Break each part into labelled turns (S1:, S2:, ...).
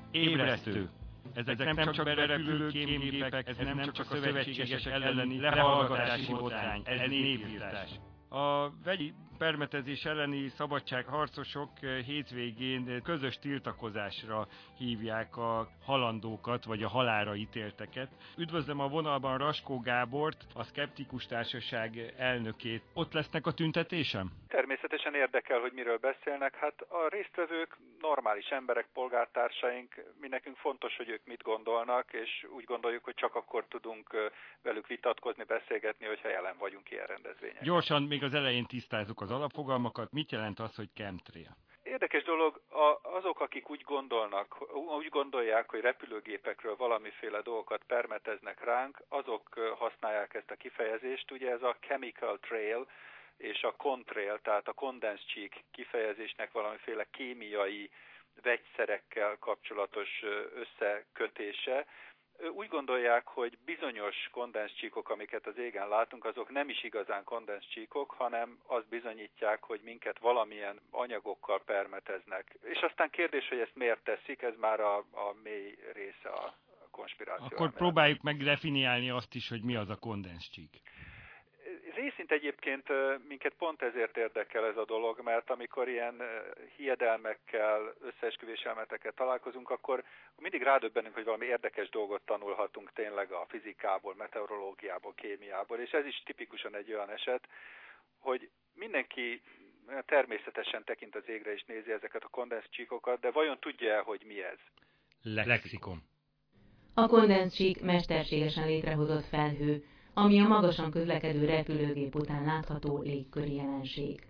S1: Ébresztő! Ezek nem csak berepülő kémgépek, ez nem csak a szövetségesek elleni lehallgatási botrány, ez népírtás. A vegyi permetezés elleni szabadságharcosok hétvégén közös tiltakozásra hívják a halandókat, vagy a halálra ítélteket. Üdvözlöm a vonalban Raskó Gábort, a Szkeptikus Társaság elnökét. Ott lesznek a tüntetésen?
S2: Természetesen érdekel, hogy miről beszélnek. Hát a résztvevők normális emberek, polgártársaink, mi nekünk fontos, hogy ők mit gondolnak, és úgy gondoljuk, hogy csak akkor tudunk velük vitatkozni, beszélgetni, hogyha jelen vagyunk ilyen rendezvényeken.
S1: Gyorsan, még az elején tisztázzuk az alapfogalmakat. Mit jelent az, hogy chemtrail?
S2: Érdekes dolog, azok, akik úgy gondolják, hogy repülőgépekről valamiféle dolgokat permeteznek ránk, azok használják ezt a kifejezést. Ugye ez a chemical trail és a contrail, tehát a kondenszcsík kifejezésnek valamiféle kémiai vegyszerekkel kapcsolatos összekötése. Úgy gondolják, hogy bizonyos kondenszcsíkok, amiket az égen látunk, azok nem is igazán kondenszcsíkok, hanem azt bizonyítják, hogy minket valamilyen anyagokkal permeteznek. És aztán kérdés, hogy ezt miért teszik, ez már a mély része a konspiráció.
S1: Akkor próbáljuk meg definiálni azt is, hogy mi az a kondenszcsík.
S2: Részint egyébként minket pont ezért érdekel ez a dolog, mert amikor ilyen hiedelmekkel, összeesküvés elméletekkel találkozunk, akkor mindig rádöbbenünk, hogy valami érdekes dolgot tanulhatunk tényleg a fizikából, meteorológiából, kémiából, és ez is tipikusan egy olyan eset, hogy mindenki természetesen tekint az égre és nézi ezeket a kondenszcsíkokat, de vajon tudja-e, hogy mi ez?
S1: Lexikon.
S3: A kondenszcsík mesterségesen létrehozott felhő, ami a magasan közlekedő repülőgép után látható légköri jelenség.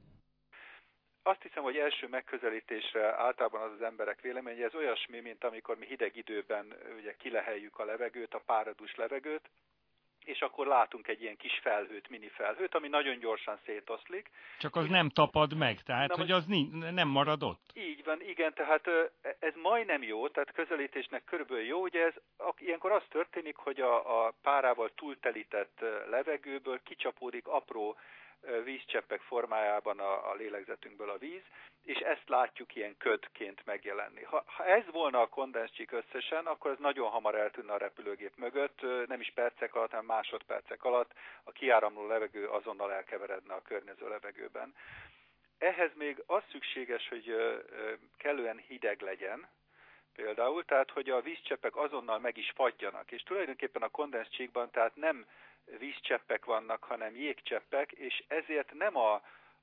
S2: Azt hiszem, hogy első megközelítésre általában az emberek véleménye, ez olyasmi, mint amikor mi hideg időben ugye kileheljük a levegőt, a páradús levegőt, és akkor látunk egy ilyen kis felhőt, mini felhőt, ami nagyon gyorsan szétoszlik.
S1: Csak az nem tapad meg, tehát hogy az nem marad ott.
S2: Így van, igen, tehát ez majdnem jó, tehát közelítésnek körülbelül jó, ugye ilyenkor az történik, hogy a párával túltelített levegőből kicsapódik apró vízcseppek formájában a lélegzetünkből a víz, és ezt látjuk ilyen ködként megjelenni. Ha ez volna a kondenszcsík összesen, akkor ez nagyon hamar eltűnne a repülőgép mögött, nem is percek alatt, hanem másodpercek alatt a kiáramló levegő azonnal elkeveredne a környező levegőben. Ehhez még az szükséges, hogy kellően hideg legyen, például, tehát hogy a vízcseppek azonnal meg is fagyjanak, és tulajdonképpen a kondenszcsíkban tehát nem vízcseppek vannak, hanem jégcseppek, és ezért nem a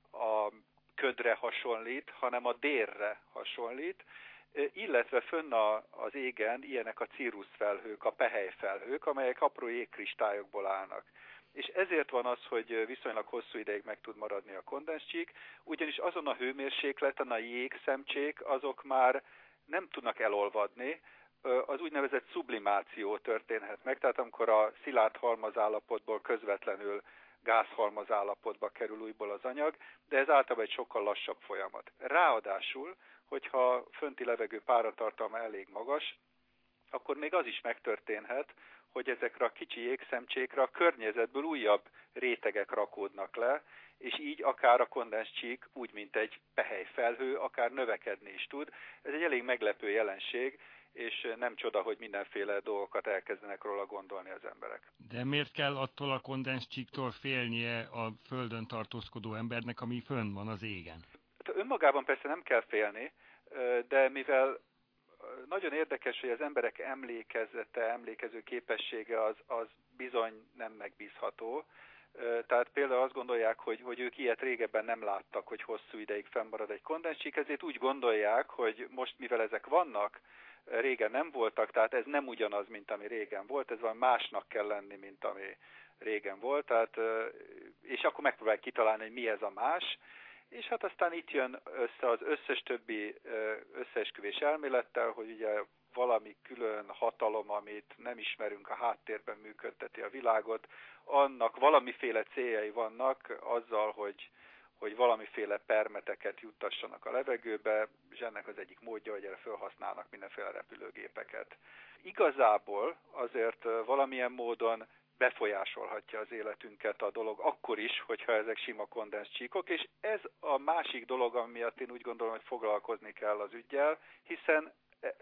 S2: ködre hasonlít, hanem a dérre hasonlít, illetve fönn az égen ilyenek a cirruszfelhők, a pehelyfelhők, amelyek apró jégkristályokból állnak. És ezért van az, hogy viszonylag hosszú ideig meg tud maradni a kondenszcsík, ugyanis azon a hőmérsékleten a jégszemcsék azok már nem tudnak elolvadni, az úgynevezett sublimáció történhet meg, tehát amikor a szilárd halmazállapotból közvetlenül gázhalmazállapotba kerül újból az anyag, de ez általában egy sokkal lassabb folyamat. Ráadásul, hogyha fönti levegő páratartalma elég magas, akkor még az is megtörténhet, hogy ezekre a kicsi jégszemcsékre a környezetből újabb rétegek rakódnak le, és így akár a kondenszcsík, úgy mint egy pehelyfelhő, akár növekedni is tud. Ez egy elég meglepő jelenség, és nem csoda, hogy mindenféle dolgokat elkezdenek róla gondolni az emberek.
S1: De miért kell attól a kondenszcsíktól félnie a Földön tartózkodó embernek, ami fönn van az égen?
S2: Hát önmagában persze nem kell félni, de mivel nagyon érdekes, hogy az emberek emlékező képessége az bizony nem megbízható. Tehát például azt gondolják, hogy ők ilyet régebben nem láttak, hogy hosszú ideig fennmarad egy kondenszcsík, ezért úgy gondolják, hogy most mivel ezek vannak, régen nem voltak, tehát ez nem ugyanaz, mint ami régen volt, ez van másnak kell lenni, mint ami régen volt, tehát, és akkor megpróbálják kitalálni, hogy mi ez a más, és hát aztán itt jön össze az összes többi összeesküvés elmélettel, hogy ugye valami külön hatalom, amit nem ismerünk, a háttérben működteti a világot, annak valamiféle céljai vannak azzal, hogy valamiféle permeteket juttassanak a levegőbe, és ennek az egyik módja, hogy erre felhasználnak mindenféle repülőgépeket. Igazából azért valamilyen módon befolyásolhatja az életünket a dolog akkor is, hogyha ezek sima kondenszcsíkok, és ez a másik dolog, ami miatt én úgy gondolom, hogy foglalkozni kell az üggyel, hiszen egy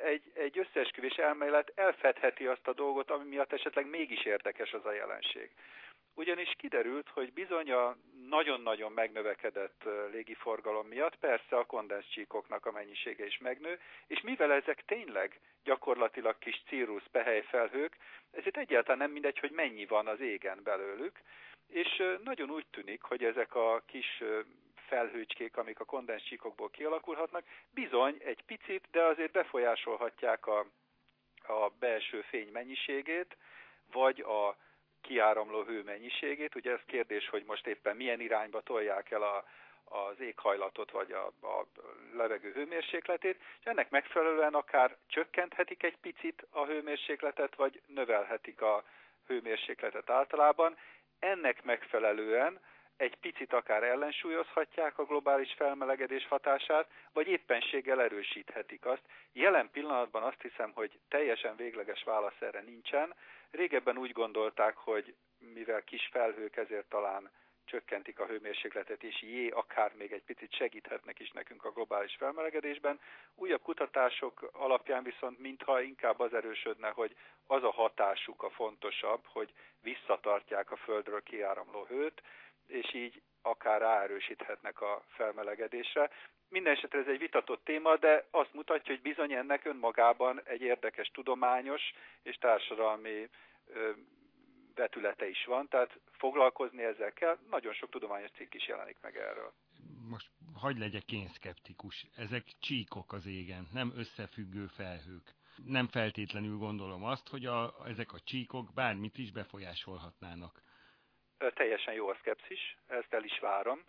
S2: egy összeesküvés elmélet elfedheti azt a dolgot, ami miatt esetleg mégis érdekes az a jelenség. Ugyanis kiderült, hogy bizony a nagyon-nagyon megnövekedett légiforgalom miatt persze a kondenzcsíkoknak a mennyisége is megnő, és mivel ezek tényleg gyakorlatilag kis cirrus pehelyfelhők, ezért egyáltalán nem mindegy, hogy mennyi van az égen belőlük, és nagyon úgy tűnik, hogy ezek a kis felhőcskék, amik a kondenzcsíkokból kialakulhatnak, bizony egy picit, de azért befolyásolhatják a belső fény mennyiségét, vagy a kiáramló hő mennyiségét. Ugye ez kérdés, hogy most éppen milyen irányba tolják el az éghajlatot, vagy a levegő hőmérsékletét, és ennek megfelelően akár csökkenthetik egy picit a hőmérsékletet, vagy növelhetik a hőmérsékletet általában. Ennek megfelelően egy picit akár ellensúlyozhatják a globális felmelegedés hatását, vagy éppenséggel erősíthetik azt. Jelen pillanatban azt hiszem, hogy teljesen végleges válasz erre nincsen. Régebben úgy gondolták, hogy mivel kis felhők, ezért talán csökkentik a hőmérsékletet, és akár még egy picit segíthetnek is nekünk a globális felmelegedésben. Újabb kutatások alapján viszont mintha inkább az erősödne, hogy az a hatásuk a fontosabb, hogy visszatartják a Földről kiáramló hőt, és így akár ráerősíthetnek a felmelegedésre. Mindenesetre ez egy vitatott téma, de azt mutatja, hogy bizony ennek önmagában egy érdekes tudományos és társadalmi vetülete is van, tehát foglalkozni ezzel kell, nagyon sok tudományos cikk is jelenik meg erről.
S1: Most hadd legyek én szkeptikus, ezek csíkok az égen, nem összefüggő felhők. Nem feltétlenül gondolom azt, hogy ezek a csíkok bármit is befolyásolhatnának.
S2: Teljesen jó a szkepszis, ezt el is várom.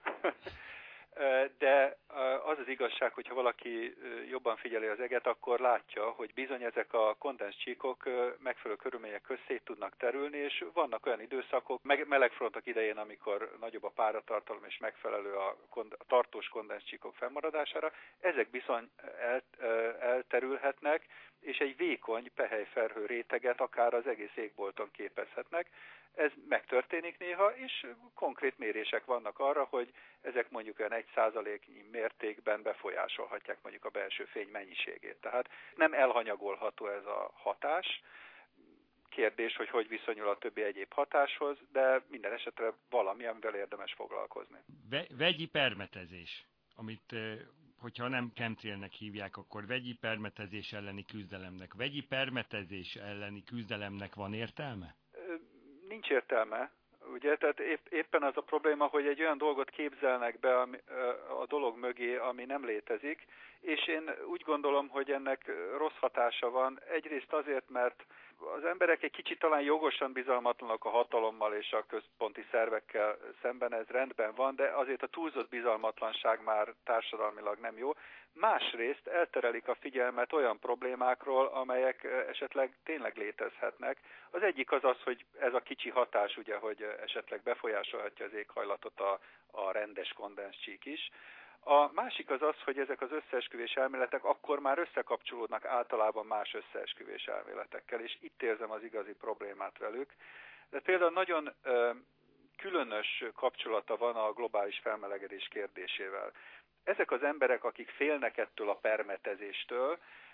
S2: De az az igazság, hogyha valaki jobban figyeli az eget, akkor látja, hogy bizony ezek a kondenzcsíkok megfelelő körülmények közt szét tudnak terülni, és vannak olyan időszakok, melegfrontok idején, amikor nagyobb a páratartalom és megfelelő a tartós kondenzcsíkok fennmaradására, ezek bizony elterülhetnek, és egy vékony pehelyfelhő réteget akár az egész égbolton képezhetnek. Ez megtörténik néha, és konkrét mérések vannak arra, hogy ezek mondjuk olyan 1%-nyi mértékben befolyásolhatják mondjuk a belső fény mennyiségét. Tehát nem elhanyagolható ez a hatás. Kérdés, hogy viszonyul a többi egyéb hatáshoz, de minden esetre valami, amivel érdemes foglalkozni.
S1: Vegyi permetezés, amit hogyha nem chemtrailnek hívják, akkor vegyi permetezés elleni küzdelemnek. Vegyi permetezés elleni küzdelemnek van értelme?
S2: Nincs értelme, ugye, tehát éppen az a probléma, hogy egy olyan dolgot képzelnek be a dolog mögé, ami nem létezik, és én úgy gondolom, hogy ennek rossz hatása van. Egyrészt azért, mert az emberek egy kicsit talán jogosan bizalmatlanok a hatalommal és a központi szervekkel szemben, ez rendben van, de azért a túlzott bizalmatlanság már társadalmilag nem jó. Másrészt elterelik a figyelmet olyan problémákról, amelyek esetleg tényleg létezhetnek. Az egyik az, hogy ez a kicsi hatás, ugye, hogy esetleg befolyásolhatja az éghajlatot a rendes kondenzcsík is. A másik az, hogy ezek az összeesküvés elméletek akkor már összekapcsolódnak általában más összeesküvés elméletekkel, és itt érzem az igazi problémát velük. De például nagyon különös kapcsolata van a globális felmelegedés kérdésével. Ezek az emberek, akik félnek ettől a permetezéstől,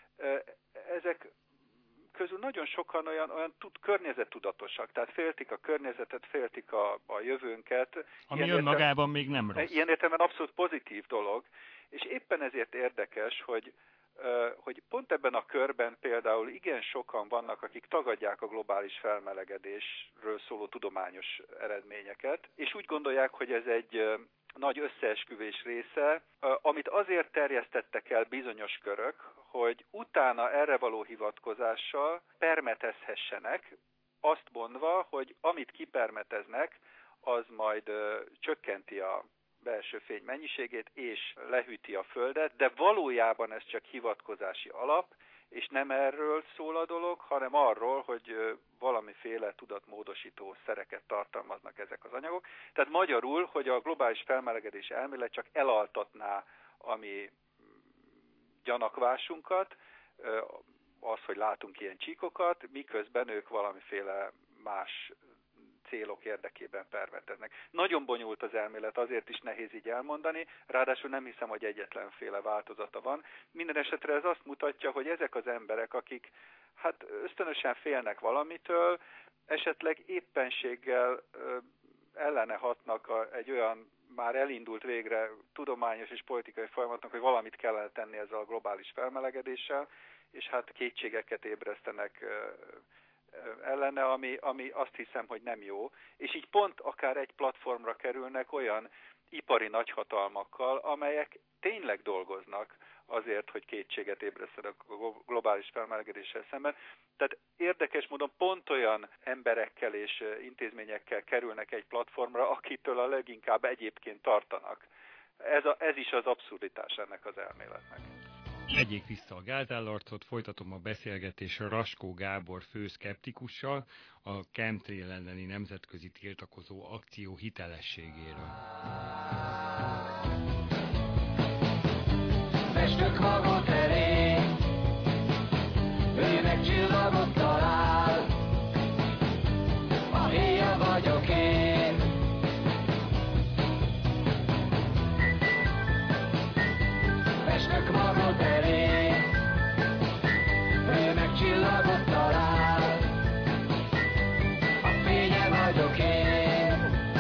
S2: ezek közül nagyon sokan olyan környezettudatosak, tehát féltik a környezetet, féltik a jövőnket.
S1: Ami önmagában még nem rossz.
S2: Ilyen értelemben abszolút pozitív dolog, és éppen ezért érdekes, hogy pont ebben a körben például igen sokan vannak, akik tagadják a globális felmelegedésről szóló tudományos eredményeket, és úgy gondolják, hogy ez egy nagy összeesküvés része, amit azért terjesztettek el bizonyos körök, hogy utána erre való hivatkozással permetezhessenek, azt mondva, hogy amit kipermeteznek, az majd csökkenti a belső fény mennyiségét és lehűti a Földet, de valójában ez csak hivatkozási alap, és nem erről szól a dolog, hanem arról, hogy valamiféle tudatmódosító szereket tartalmaznak ezek az anyagok. Tehát magyarul, hogy a globális felmelegedés elmélet csak elaltatná a mi gyanakvásunkat, az, hogy látunk ilyen csíkokat, miközben ők valamiféle más célok érdekében permeteznek. Nagyon bonyolult az elmélet, azért is nehéz így elmondani, ráadásul nem hiszem, hogy egyetlenféle változata van. Minden esetre ez azt mutatja, hogy ezek az emberek, akik hát ösztönösen félnek valamitől, esetleg éppenséggel ellene hatnak egy olyan már elindult végre tudományos és politikai folyamatnak, hogy valamit kellene tenni ezzel a globális felmelegedéssel, és hát kétségeket ébresztenek ellene, ami azt hiszem, hogy nem jó. És így pont akár egy platformra kerülnek olyan ipari nagyhatalmakkal, amelyek tényleg dolgoznak azért, hogy kétséget ébresztenek a globális felmelegedéssel szemben. Tehát érdekes módon pont olyan emberekkel és intézményekkel kerülnek egy platformra, akitől a leginkább egyébként tartanak. Ez is az abszurditás ennek az elméletnek.
S1: Vegyék vissza a gázállarcot, folytatom a beszélgetést Raskó Gábor főszkeptikussal a chemtrail elleni nemzetközi tiltakozó akció hitelességéről.
S4: Festök magot elé, ő meg csillagot talál, a héja vagyok én. Festök magot elé, ő meg csillagot talál, a fénye vagyok én.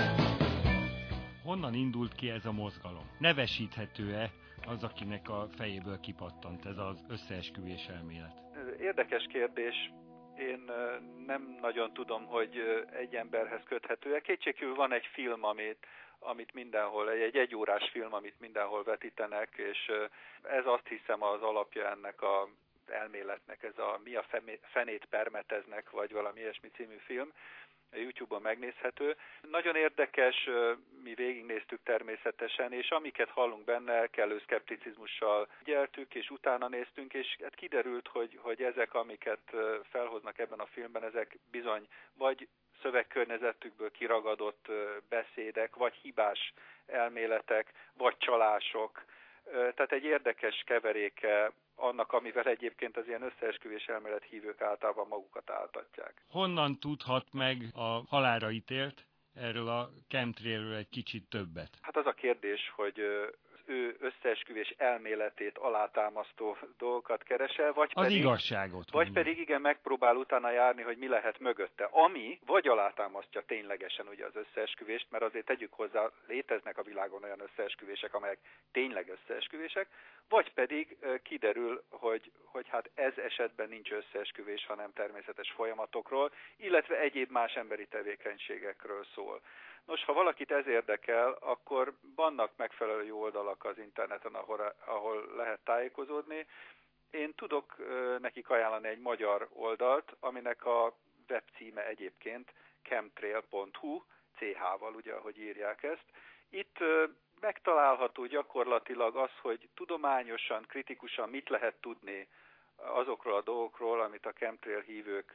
S1: Honnan indult ki ez a mozgalom? Nevesíthető-e az, akinek a fejéből kipattant ez az összeesküvés elmélet?
S2: Érdekes kérdés. Én nem nagyon tudom, hogy egy emberhez köthető-e. Kétségkívül van egy film, amit mindenhol, egy egyórás film, amit mindenhol vetítenek, és ez azt hiszem az alapja ennek az elméletnek, ez a Mi a fenét permeteznek, vagy valami ilyesmi című film. A YouTube-on megnézhető. Nagyon érdekes, mi végignéztük természetesen, és amiket hallunk benne, kellő szkepticizmussal figyeltük, és utána néztünk, és hát kiderült, hogy ezek, amiket felhoznak ebben a filmben, ezek bizony vagy szövegkörnyezetükből kiragadott beszédek, vagy hibás elméletek, vagy csalások. Tehát egy érdekes keveréke annak, amivel egyébként az ilyen összeesküvés elmélet hívők általában magukat áltatják.
S1: Honnan tudhat meg a halálra ítélt erről a chemtrailről egy kicsit többet?
S2: Hát az a kérdés, hogy ő összeesküvés elméletét alátámasztó dolgokat keresel,
S1: az igazságot.
S2: Vagy pedig igen, megpróbál utána járni, hogy mi lehet mögötte. Ami vagy alátámasztja ténylegesen ugye az összeesküvést, mert azért tegyük hozzá, léteznek a világon olyan összeesküvések, amelyek tényleg összeesküvések, vagy pedig kiderül, hogy hát ez esetben nincs összeesküvés, hanem természetes folyamatokról, illetve egyéb más emberi tevékenységekről szól. Nos, ha valakit ez érdekel, akkor vannak megfelelő jó oldalak az interneten, ahol lehet tájékozódni. Én tudok nekik ajánlani egy magyar oldalt, aminek a webcíme egyébként chemtrail.hu, CH-val, ugye, ahogy írják ezt. Itt megtalálható gyakorlatilag az, hogy tudományosan, kritikusan mit lehet tudni azokról a dolgokról, amit a chemtrail hívők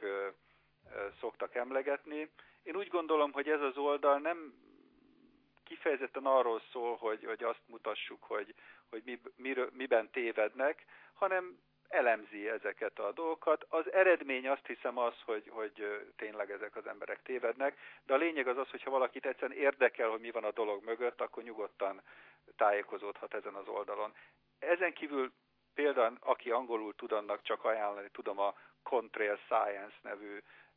S2: szoktak emlegetni. Én úgy gondolom, hogy ez az oldal nem kifejezetten arról szól, hogy azt mutassuk, hogy miben tévednek, hanem elemzi ezeket a dolgokat. Az eredmény azt hiszem az, hogy tényleg ezek az emberek tévednek, de a lényeg az, hogy ha valakit egyszerűen érdekel, hogy mi van a dolog mögött, akkor nyugodtan tájékozódhat ezen az oldalon. Ezen kívül például, aki angolul tud, annak csak ajánlani tudom a Contrail Science nevű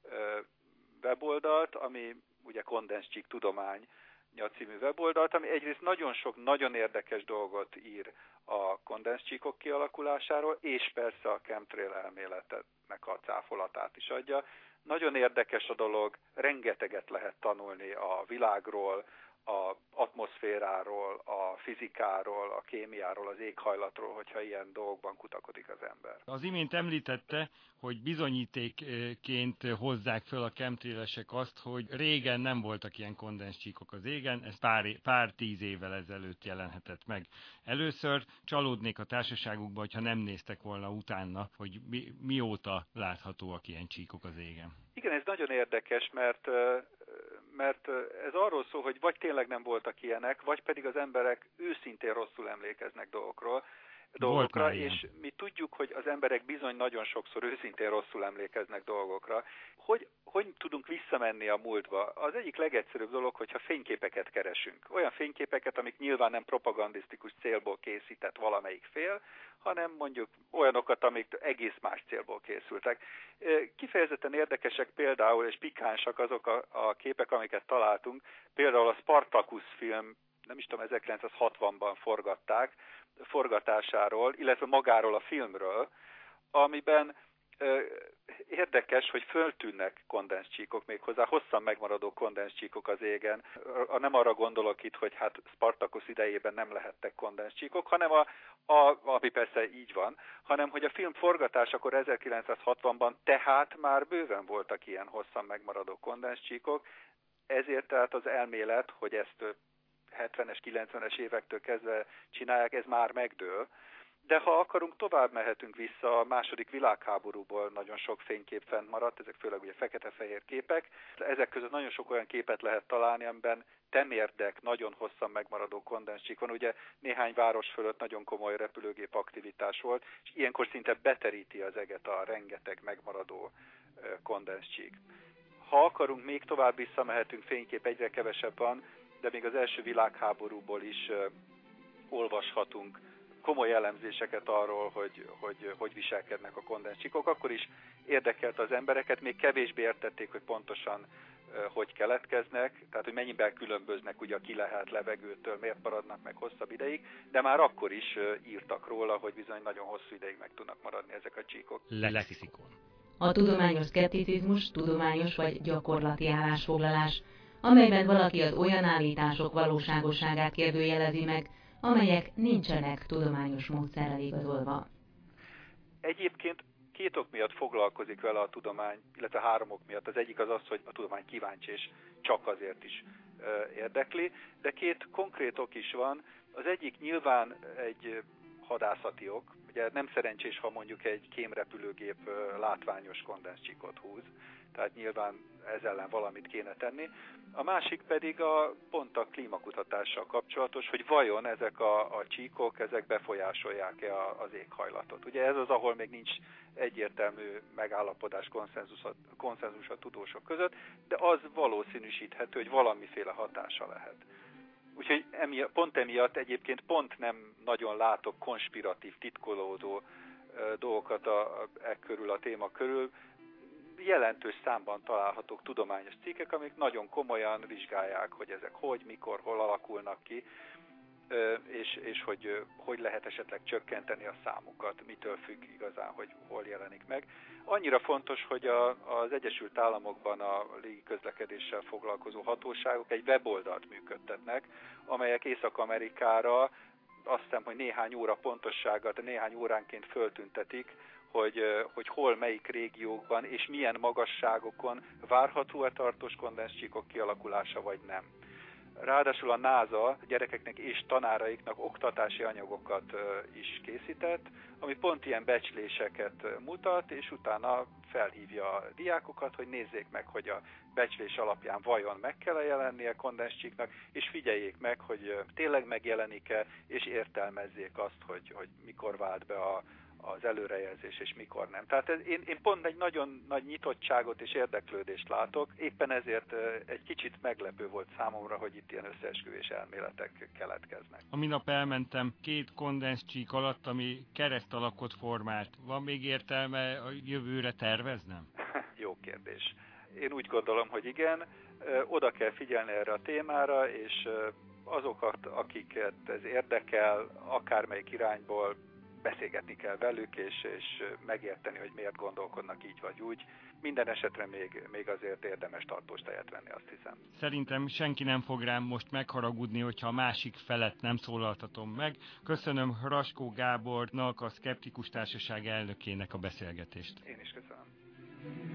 S2: weboldalt, ami ugye Kondenscsík tudomány című weboldalt, ami egyrészt nagyon sok, nagyon érdekes dolgot ír a kondenscsíkok kialakulásáról, és persze a chemtrail elméletnek a cáfolatát is adja. Nagyon érdekes a dolog, rengeteget lehet tanulni a világról, az atmoszféráról, a fizikáról, a kémiáról, az éghajlatról, hogyha ilyen dolgokban kutakodik az ember.
S1: Az imént említette, hogy bizonyítékként hozzák föl a chemtrailesek azt, hogy régen nem voltak ilyen kondenscsíkok az égen, ez pár 10 évvel ezelőtt jelenhetett meg. Először csalódnék a társaságukba, hogyha nem néztek volna utána, hogy mióta láthatóak ilyen csíkok az égen.
S2: Igen, ez nagyon érdekes, mert ez arról szól, hogy vagy tényleg nem voltak ilyenek, vagy pedig az emberek őszintén rosszul emlékeznek dolgokról. dolgokra, és mi tudjuk, hogy az emberek bizony nagyon sokszor őszintén rosszul emlékeznek dolgokra. Hogy tudunk visszamenni a múltba? Az egyik legegyszerűbb dolog, hogyha fényképeket keresünk. Olyan fényképeket, amik nyilván nem propagandisztikus célból készített valamelyik fél, hanem mondjuk olyanokat, amik egész más célból készültek. Kifejezetten érdekesek például, és pikánsak azok a képek, amiket találtunk. Például a Spartacus film, nem is tudom, 1960-ban forgatták, forgatásáról, illetve magáról a filmről, amiben érdekes, hogy föltűnnek kondenzcsíkok, méghozzá hosszan megmaradó kondenzcsíkok az égen. Nem arra gondolok itt, hogy hát Spartacus idejében nem lehettek kondenzcsíkok, hanem ami persze így van, hanem hogy a film forgatásakor 1960-ban tehát már bőven voltak ilyen hosszan megmaradó kondenzcsíkok, ezért tehát az elmélet, hogy ezt 70-es, 90-es évektől kezdve csinálják, ez már megdől. De ha akarunk, tovább mehetünk vissza, a második világháborúból nagyon sok fénykép fent maradt, ezek főleg ugye fekete-fehér képek. Ezek között nagyon sok olyan képet lehet találni, amiben temérdek, nagyon hosszan megmaradó kondenzcsík van. Ugye néhány város fölött nagyon komoly repülőgép aktivitás volt, és ilyenkor szinte beteríti az eget a rengeteg megmaradó kondenzcsík. Ha akarunk, még tovább visszamehetünk, fénykép egyre kevesebb van, de még az első világháborúból is olvashatunk komoly elemzéseket arról, hogy viselkednek a kondenzcsíkok. Akkor is érdekelt az embereket, még kevésbé értették, hogy pontosan hogy keletkeznek, tehát hogy mennyiben különböznek ugye a kilehelt levegőtől, miért maradnak meg hosszabb ideig, de már akkor is írtak róla, hogy bizony nagyon hosszú ideig meg tudnak maradni ezek a csíkok.
S3: Lexikon. A tudományos szkepticizmus tudományos vagy gyakorlati állásfoglalás, amelyben valaki az olyan állítások valóságosságát kérdőjelezi meg, amelyek nincsenek tudományos módszerrel igazolva.
S2: Egyébként 2 ok miatt foglalkozik vele a tudomány, illetve 3 ok miatt. Az egyik az, hogy a tudomány kíváncsi, és csak azért is érdekli, de 2 konkrét ok is van. Az egyik nyilván egy hadászati ok. Ugye nem szerencsés, ha mondjuk egy kémrepülőgép látványos kondenzcsíkot húz, tehát nyilván ez ellen valamit kéne tenni. A másik pedig pont a klímakutatással kapcsolatos, hogy vajon ezek a csíkok, ezek befolyásolják-e az éghajlatot. Ugye ez az, ahol még nincs egyértelmű megállapodás, konszenzus a tudósok között, de az valószínűsíthető, hogy valamiféle hatása lehet. Úgyhogy pont emiatt egyébként pont nem nagyon látok konspiratív, titkolódó dolgokat körül a téma körül. Jelentős számban találhatók tudományos cikkek, amik nagyon komolyan vizsgálják, hogy ezek mikor, hol alakulnak ki, és hogy lehet esetleg csökkenteni a számukat, mitől függ igazán, hogy hol jelenik meg. Annyira fontos, hogy az Egyesült Államokban a légiközlekedéssel foglalkozó hatóságok egy weboldalt működtetnek, amelyek Észak-Amerikára azt hiszem, hogy néhány óra pontossággal, de néhány óránként föltüntetik, hogy hol, melyik régiókban és milyen magasságokon várható a tartós kondenzcsíkok kialakulása, vagy nem. Ráadásul a NASA gyerekeknek és tanáraiknak oktatási anyagokat is készített, ami pont ilyen becsléseket mutat, és utána felhívja a diákokat, hogy nézzék meg, hogy a becslés alapján vajon meg kell jelennie kondenzcsíknak, és figyeljék meg, hogy tényleg megjelenik-e, és értelmezzék azt, hogy mikor vált be az előrejelzés, és mikor nem. Tehát én pont egy nagyon nagy nyitottságot és érdeklődést látok, éppen ezért egy kicsit meglepő volt számomra, hogy itt ilyen összeesküvés elméletek keletkeznek.
S1: A minap elmentem 2 kondenzcsík alatt, ami kereszt alakot formált. Van még értelme a jövőre terveznem?
S2: Jó kérdés. Én úgy gondolom, hogy igen, oda kell figyelni erre a témára, és azokat, akiket ez érdekel, akármelyik irányból, beszélgetni kell velük, és megérteni, hogy miért gondolkodnak így vagy úgy. Minden esetre még azért érdemes tartós tejet venni, azt hiszem.
S1: Szerintem senki nem fog rám most megharagudni, hogyha a másik felet nem szólaltatom meg. Köszönöm Raskó Gábornak, a Szkeptikus Társaság elnökének a beszélgetést.
S2: Én is köszönöm.